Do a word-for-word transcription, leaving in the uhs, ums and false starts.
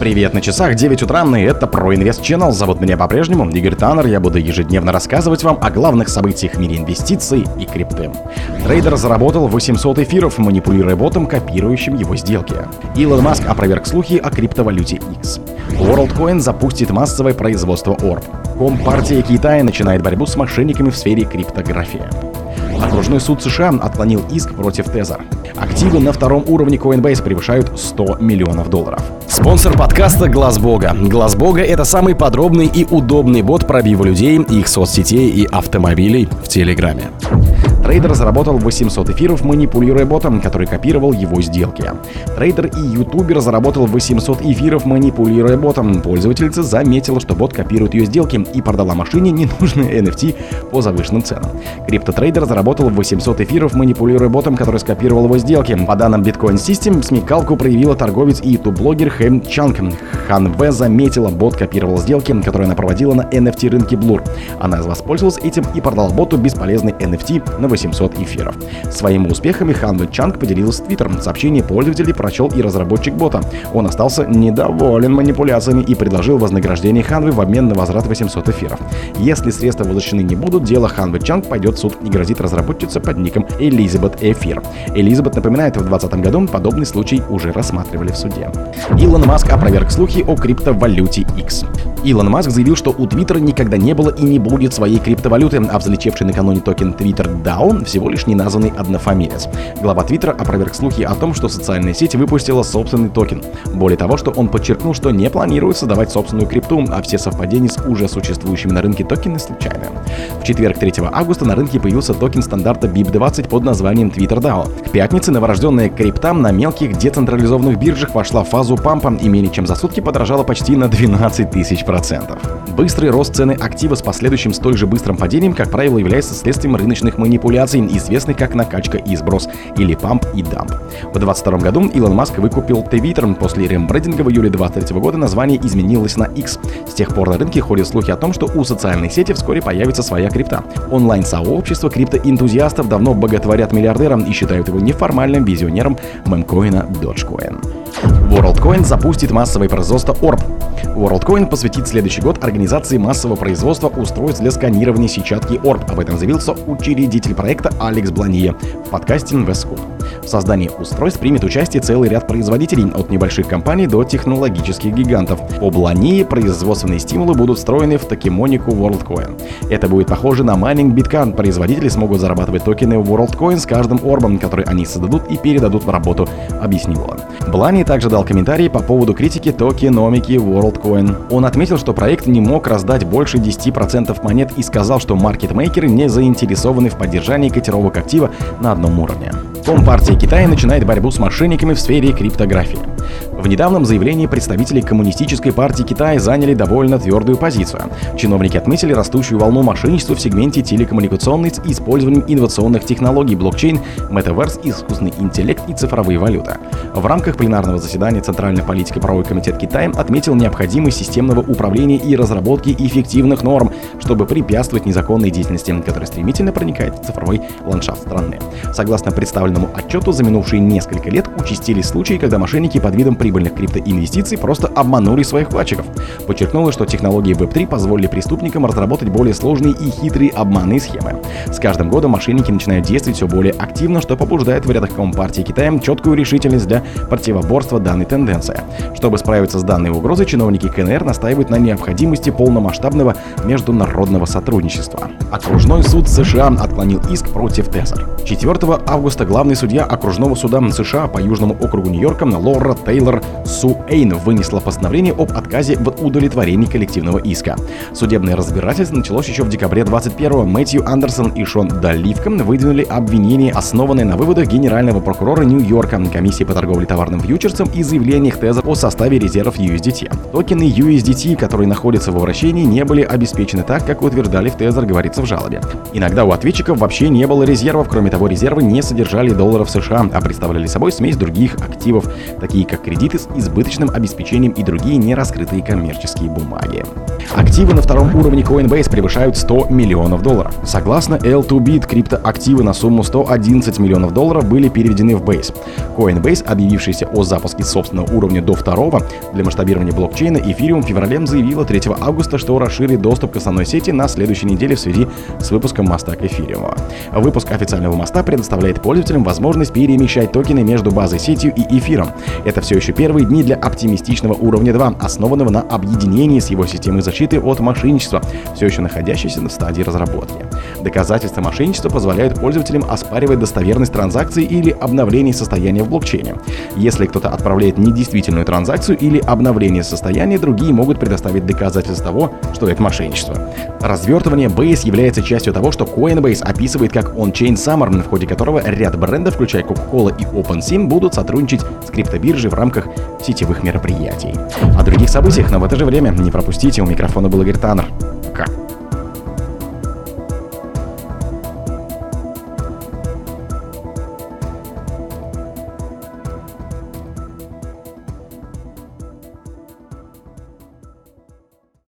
Привет, на часах девять утра, и это ProInvest Channel. Зовут меня по-прежнему Игорь Таннер. Я буду ежедневно рассказывать вам о главных событиях в мире инвестиций и крипты. Трейдер заработал восемьсот эфиров, манипулируя ботом, копирующим его сделки. Илон Маск опроверг слухи о криптовалюте X. WorldCoin запустит массовое производство орб. Компартия Китая начинает борьбу с мошенниками в сфере криптографии. Окружной суд США отклонил иск против Tether. Активы на втором уровне Coinbase превышают сто миллионов долларов. Спонсор подкаста — Глаз Бога. Глаз Бога — это самый подробный и удобный бот пробива людей, их соцсетей и автомобилей в Телеграме. Трейдер заработал восемьсот эфиров, манипулируя ботом, который копировал его сделки. Трейдер и ютубер заработал восемьсот эфиров, манипулируя ботом. Пользовательница заметила, что бот копирует ее сделки и продала машине ненужные эн эф ти по завышенным ценам. Криптотрейдер заработал восемьсот эфиров, манипулируя ботом, который скопировал его сделки. По данным Bitcoin System, смекалку проявила торговец и ютуб-блогер Хэн Чанг. Хан В заметила, бот копировал сделки, которые она проводила на эн эф ти рынке Blur. Она воспользовалась этим и продала боту бесполезный эн эф ти на восемьсот эфиров. Своими успехами Хан В Чанг поделился в Твиттер. Сообщение пользователей прочел и разработчик бота. Он остался недоволен манипуляциями и предложил вознаграждение Хан В в обмен на возврат восемьсот эфиров. Если средства возвращены не будут, дело Хан В Чанг пойдет в суд и грозит разработчице под ником Элизабет Эфир. Элизабет напоминает, в двадцатом году подобный случай уже рассматривали в суде. Илон Маск опроверг слухи о криптовалюте X. Илон Маск заявил, что у Твиттера никогда не было и не будет своей криптовалюты, а взлетевший накануне токен Twitter дао всего лишь неназванный однофамилец. Глава Твиттера опроверг слухи о том, что социальная сеть выпустила собственный токен. Более того, что он подчеркнул, что не планирует создавать собственную крипту, а все совпадения с уже существующими на рынке токенами случайны. В четверг, третьего августа, на рынке появился токен стандарта би ай пи двадцать под названием Twitter дао. К пятнице новорожденная крипта на мелких децентрализованных биржах вошла в фазу пампа и менее чем за сутки подорожала почти на двенадцать тысяч процентов. Быстрый рост цены актива с последующим столь же быстрым падением, как правило, является следствием рыночных манипуляций, известных как накачка и сброс, или памп и дамп. В две тысячи двадцать втором году Илон Маск выкупил Twitter. После рембрендинга в июле две тысячи двадцать третьего года название изменилось на X. С тех пор на рынке ходят слухи о том, что у социальной сети вскоре появится своя крипта. Онлайн-сообщество криптоэнтузиастов давно боготворят миллиардера и считают его неформальным визионером мемкоина Dogecoin. WorldCoin запустит массовое производство орб. WorldCoin посвятит следующий год организации массового производства устройств для сканирования сетчатки орб. Об этом заявился учредитель проекта Алекс Бланье в подкасте InvestScoop. В создании устройств примет участие целый ряд производителей, от небольших компаний до технологических гигантов. По Бланье производственные стимулы будут встроены в токемонику WorldCoin. Это будет похоже на майнинг битка. Производители смогут зарабатывать токены WorldCoin с каждым орбом, который они создадут и передадут в работу, объяснил он. Бланье также дал комментарий по поводу критики токеномики WorldCoin. Он отметил, что проект не мог раздать больше десяти процентов монет и сказал, что маркетмейкеры не заинтересованы в поддержании котировок актива на одном уровне. Компартия Китая начинает борьбу с мошенниками в сфере криптографии. В недавнем заявлении представители Коммунистической партии Китая заняли довольно твердую позицию. Чиновники отметили растущую волну мошенничества в сегменте телекоммуникационной с использованием инновационных технологий блокчейн, метаверс, искусственный интеллект и цифровые валюты. В рамках пленарного заседания Центральный политико-правовой комитет Китая отметил необходимость системного управления и разработки эффективных норм, чтобы препятствовать незаконной деятельности, которая стремительно проникает в цифровой ландшафт страны. Согласно представленному отчету, за минувшие несколько лет участились случаи, когда мошенники под видом прибыльных криптоинвестиций просто обманули своих вкладчиков. Подчеркнулось, что технологии веб три позволили преступникам разработать более сложные и хитрые обманные схемы. С каждым годом мошенники начинают действовать все более активно, что побуждает в рядах Компартии Китая четкую решительность для противоборства данной тенденции. Чтобы справиться с данной угрозой, чиновники ка эн эр настаивают на необходимости полномасштабного международного сотрудничества. Окружной суд США отклонил иск против Tether. четвёртого августа главный судья окружного суда США по Южному округу Нью-Йорка Лора Тейлор Су Эйн вынесла постановление об отказе в удовлетворении коллективного иска. Судебное разбирательство началось еще в декабре двадцать первого. Мэтью Андерсон и Шон Доливка выдвинули обвинения, основанные на выводах генерального прокурора Нью-Йорка, комиссии по торговле товарным фьючерсом и заявлениях Tether о составе резервов ю эс ди ти. Токены ю эс ди ти, которые находятся в обращении, не были обеспечены так, как утверждали в Tether, говорится в жалобе. Иногда у ответчиков вообще не было резервов, кроме того, резервы не содержали долларов США, а представляли собой смесь других активов, такие как кредиты с избыточным обеспечением и другие нераскрытые коммерческие бумаги. Активы на втором уровне Coinbase превышают сто миллионов долларов. Согласно эл два бит, криптоактивы на сумму сто одиннадцать миллионов долларов были переведены в Base. Coinbase, объявившийся о запуске собственного уровня до второго для масштабирования блокчейна, Ethereum в феврале заявила третьего августа, что расширит доступ к основной сети на следующей неделе в связи с выпуском моста к эфириуму. Выпуск официального моста предоставляет пользователям возможность перемещать токены между базой сетью и эфиром. Это все еще первые дни для оптимистичного уровня два, основанного на объединении с его системой защиты от мошенничества, все еще находящейся на стадии разработки. Доказательства мошенничества позволяют пользователям оспаривать достоверность транзакции или обновление состояния в блокчейне. Если кто-то отправляет недействительную транзакцию или обновление состояния, другие могут предоставить доказательства того, что это мошенничество. Развертывание Base является частью того, что Coinbase описывает как on-chain summer, в ходе которого ряд брендов, включая Coca-Cola и OpenSea, будут сотрудничать с криптобиржей в рамках сетевых мероприятий. О других событиях, но в это же время не пропустите. У микрофона был Игорь Таннер. Пока.